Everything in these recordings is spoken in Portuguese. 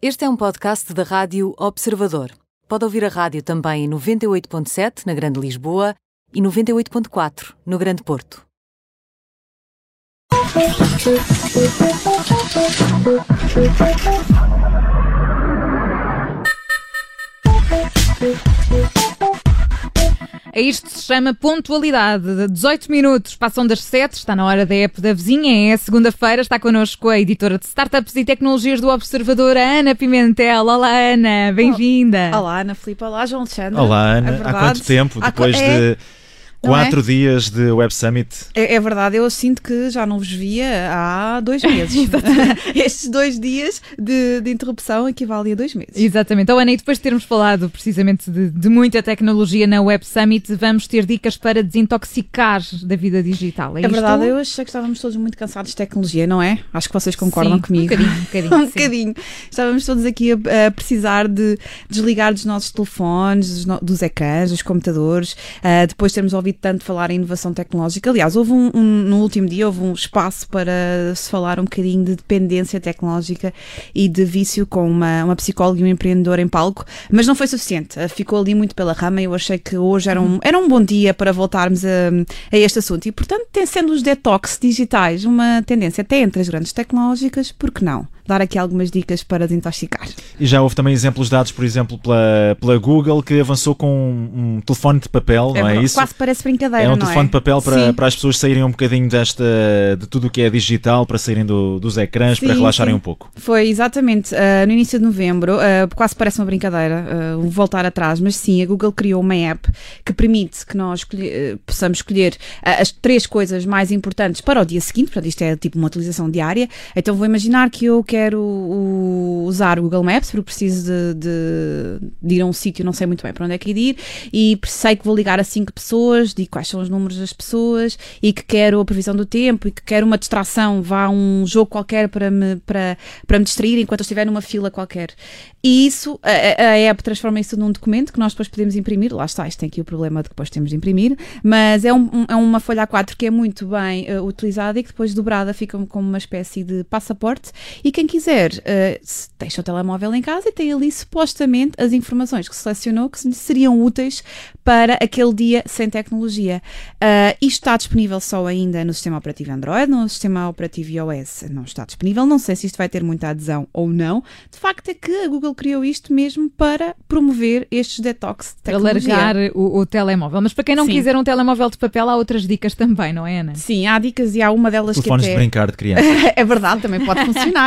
Este é um podcast da Rádio Observador. Pode ouvir a rádio também em 98.7 na Grande Lisboa e 98.4 no Grande Porto. A isto se chama pontualidade. 18 minutos, passam das 7, está na hora da app da vizinha, é segunda-feira, está connosco a editora de Startups e Tecnologias do Observador, a Ana Pimentel. Olá, Ana, bem-vinda. Olá, Ana Filipe, olá, João Alexandre. Olá, Ana, há quanto tempo, depois de 4 dias de Web Summit? É verdade, eu sinto que já não vos via há 2 meses. Estes 2 dias de interrupção equivalem a 2 meses. Exatamente. Ana, e depois de termos falado precisamente de muita tecnologia na Web Summit, vamos ter dicas para desintoxicar da vida digital. É verdade, eu achei que estávamos todos muito cansados de tecnologia, não é? Acho que vocês concordam comigo. Um bocadinho. Um bocadinho. Estávamos todos aqui a precisar de desligar dos nossos telefones, dos ecrãs, dos computadores, depois termos ouvido tanto falar em inovação tecnológica. Aliás, houve no último dia houve um espaço para se falar um bocadinho de dependência tecnológica e de vício com uma psicóloga e um empreendedor em palco, mas não foi suficiente. Ficou ali muito pela rama e eu achei que hoje era um bom dia para voltarmos a este assunto. E, portanto, tem sendo os detox digitais uma tendência até entre as grandes tecnológicas, por que não? Dar aqui algumas dicas para desintoxicar. E já houve também exemplos dados, por exemplo, pela Google, que avançou com um telefone de papel, não é isso? Quase parece brincadeira, não é? É um telefone de papel para as pessoas saírem um bocadinho de tudo o que é digital, para saírem dos ecrãs, para relaxarem um pouco. Foi exatamente no início de novembro, quase parece uma brincadeira, voltar atrás, mas sim, a Google criou uma app que permite que nós possamos escolher as 3 coisas mais importantes para o dia seguinte. Portanto, isto é tipo uma utilização diária. Então vou imaginar que eu quero usar o Google Maps porque preciso de ir a um sítio, não sei muito bem para onde é que ir de ir, e sei que vou ligar a 5 pessoas, digo quais são os números das pessoas e que quero a previsão do tempo e que quero uma distração, vá a um jogo qualquer para me distrair enquanto eu estiver numa fila qualquer. E isso, a app transforma isso num documento que nós depois podemos imprimir. Lá está, isto tem aqui o problema de que depois temos de imprimir, mas é uma folha A4 que é muito bem utilizada e que depois dobrada fica como uma espécie de passaporte, e quem quiser deixa o telemóvel em casa e tem ali supostamente as informações que selecionou que seriam úteis para aquele dia sem tecnologia. Isto está disponível só ainda no sistema operativo Android, no sistema operativo iOS não está disponível, não sei se isto vai ter muita adesão ou não. De facto é que a Google criou isto mesmo para promover estes detox de tecnologia. Para largar o telemóvel. Mas para quem não quiser um telemóvel de papel, há outras dicas também, não é, Ana? Sim, há dicas e há uma delas telefones que até... de brincar de criança. É verdade, também pode funcionar.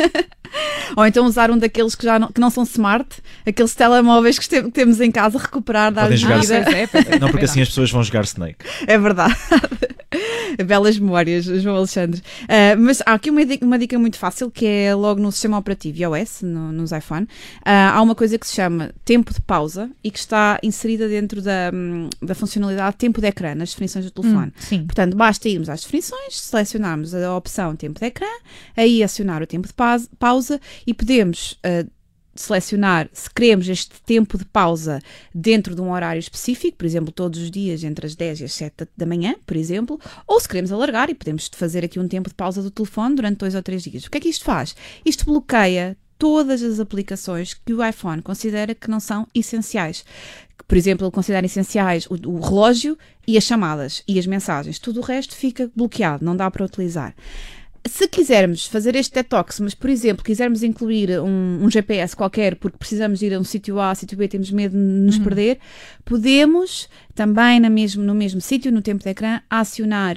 Ou então usar um daqueles que não são smart, aqueles telemóveis que temos em casa, recuperar, dar vida. Não, porque assim as pessoas vão jogar Snake. É verdade. Belas memórias, João Alexandre. Mas há aqui uma dica muito fácil, que é logo no sistema operativo iOS, nos iPhone. Há uma coisa que se chama tempo de pausa e que está inserida dentro da funcionalidade tempo de ecrã, nas definições do telefone. Sim. Portanto, basta irmos às definições, selecionarmos a opção tempo de ecrã, aí acionar o tempo de pausa e podemos selecionar se queremos este tempo de pausa dentro de um horário específico, por exemplo, todos os dias entre as 10 e as 7 da manhã, por exemplo, ou se queremos alargar e podemos fazer aqui um tempo de pausa do telefone durante 2 ou 3 dias. O que é que isto faz? Isto bloqueia todas as aplicações que o iPhone considera que não são essenciais. Por exemplo, ele considera essenciais o relógio e as chamadas e as mensagens. Tudo o resto fica bloqueado, não dá para utilizar. Se quisermos fazer este detox, mas, por exemplo, quisermos incluir um GPS qualquer porque precisamos ir a um sítio A, sítio B, temos medo de nos perder, podemos também no mesmo sítio, no tempo de ecrã, acionar,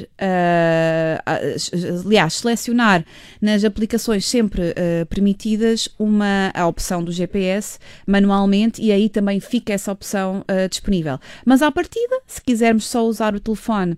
selecionar nas aplicações sempre permitidas a opção do GPS manualmente, e aí também fica essa opção disponível. Mas à partida, se quisermos só usar o telefone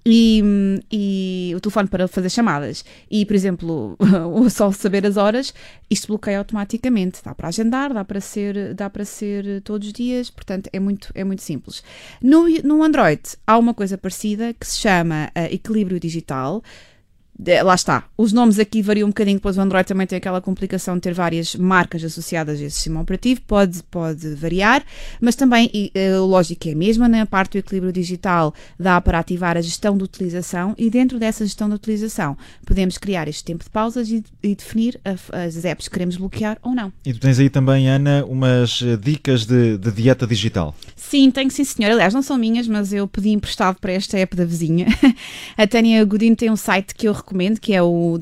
e o telefone para fazer chamadas e, por exemplo, só saber as horas, isto bloqueia automaticamente. Dá para agendar, dá para ser todos os dias, portanto é muito simples. No Android há uma coisa parecida que se chama equilíbrio digital. Lá está, os nomes aqui variam um bocadinho, depois o Android também tem aquela complicação de ter várias marcas associadas a esse sistema operativo, pode variar, mas também a lógica é a mesma. Na parte do equilíbrio digital dá para ativar a gestão de utilização, e dentro dessa gestão de utilização podemos criar este tempo de pausas e definir as apps que queremos bloquear ou não. E tu tens aí também, Ana, umas dicas de dieta digital. Sim, tenho, sim senhor. Aliás, não são minhas, mas eu pedi emprestado para esta app da vizinha. A Tânia Godinho tem um site que eu recomendo, que é o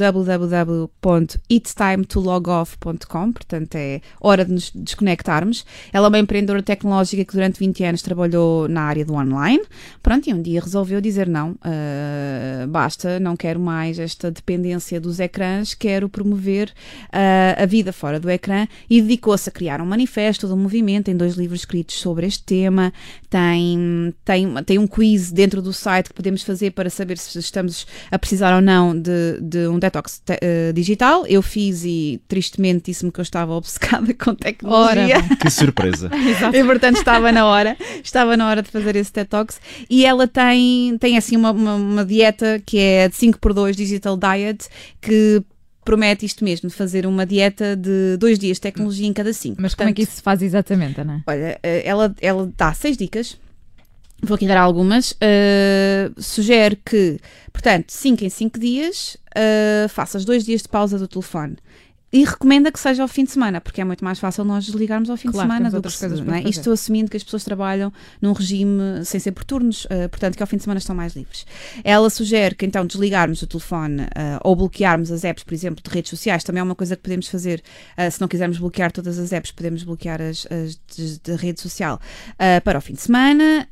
www.itstimetologoff.com, portanto é hora de nos desconectarmos. Ela é uma empreendedora tecnológica que durante 20 anos trabalhou na área do online. Pronto, e um dia resolveu dizer não, basta, não quero mais esta dependência dos ecrãs, quero promover a vida fora do ecrã, e dedicou-se a criar um manifesto do movimento, tem 2 livros escritos sobre este tema, tem um quiz dentro do site que podemos fazer para saber se estamos a precisar ou não de um detox digital. Eu fiz e tristemente disse-me que eu estava obcecada com tecnologia. Ora, que surpresa! E portanto estava na hora de fazer esse detox, e ela tem assim uma dieta que é de 5x2 Digital Diet, que promete isto mesmo, fazer uma dieta de 2 dias de tecnologia em cada 5. Mas portanto, como é que isso se faz exatamente, Ana? Olha, ela dá 6 dicas. Vou aqui dar algumas. Sugere que, portanto, 5 em 5 dias, faças 2 dias de pausa do telefone. E recomenda que seja ao fim de semana, porque é muito mais fácil nós desligarmos ao fim de semana do que coisas, não é? Isto assumindo que as pessoas trabalham num regime sem ser por turnos, portanto que ao fim de semana estão mais livres. Ela sugere que então desligarmos o telefone ou bloquearmos as apps, por exemplo, de redes sociais. Também é uma coisa que podemos fazer, se não quisermos bloquear todas as apps, podemos bloquear as de rede social para o fim de semana.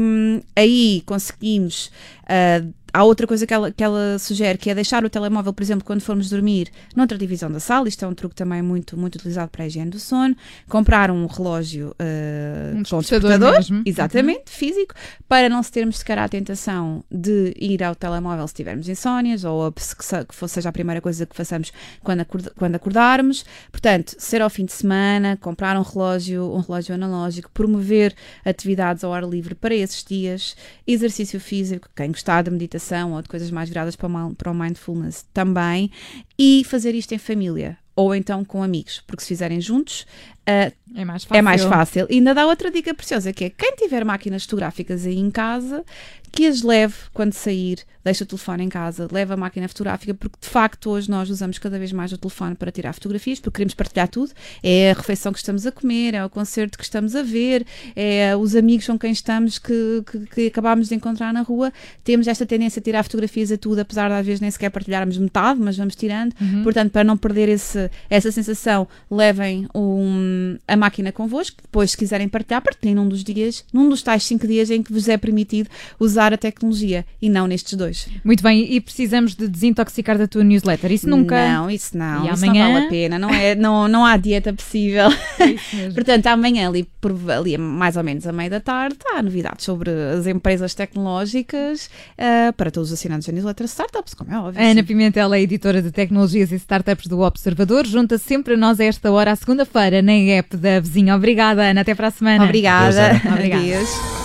Aí conseguimos... Há outra coisa que ela sugere, que é deixar o telemóvel, por exemplo, quando formos dormir, noutra divisão da sala. Isto é um truque também muito, muito utilizado para a higiene do sono. Comprar um relógio com despertador, exatamente, físico, para não se termos sequer a tentação de ir ao telemóvel se tivermos insónias, ou que seja a primeira coisa que façamos quando acordarmos. Portanto, ser ao fim de semana, comprar um relógio analógico, promover atividades ao ar livre para esses dias, exercício físico, quem gostar de meditação ou de coisas mais viradas para o mindfulness também, e fazer isto em família ou então com amigos, porque se fizerem juntos é mais fácil. E ainda dá outra dica preciosa, que é quem tiver máquinas fotográficas aí em casa, que as leve quando sair, deixa o telefone em casa, leva a máquina fotográfica, porque de facto hoje nós usamos cada vez mais o telefone para tirar fotografias, porque queremos partilhar tudo. É a refeição que estamos a comer, é o concerto que estamos a ver, é os amigos com quem estamos que acabámos de encontrar na rua. Temos esta tendência a tirar fotografias a tudo, apesar de às vezes nem sequer partilharmos metade, mas vamos tirando. Portanto, para não perder essa sensação, levem a máquina convosco. Depois, se quiserem partilhar, partilhem num dos tais 5 dias em que vos é permitido usar a tecnologia, e não nestes 2. Muito bem, e precisamos de desintoxicar da tua newsletter? Isso nunca? Não, isso não vale a pena, não há dieta possível. Portanto, amanhã ali mais ou menos à meia da tarde há novidades sobre as empresas tecnológicas para todos os assinantes da newsletter Startups, como é óbvio. Ana Pimentel é editora de tecnologias e startups do Observador, junta-se sempre a nós a esta hora, à segunda-feira, na app da vizinha. Obrigada, Ana, até para a semana. Obrigada. Adeus.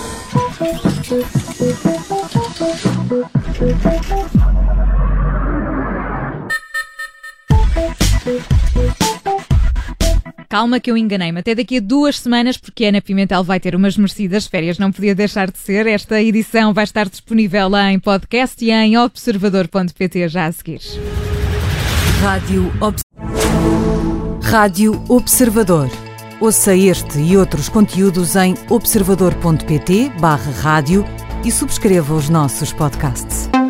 Calma que eu enganei-me, até daqui a 2 semanas, porque a Ana Pimentel vai ter umas merecidas férias, não podia deixar de ser. Esta edição vai estar disponível em podcast e em observador.pt já a seguir. Rádio Observador. Ouça este e outros conteúdos em observador.pt/rádio e subscreva os nossos podcasts.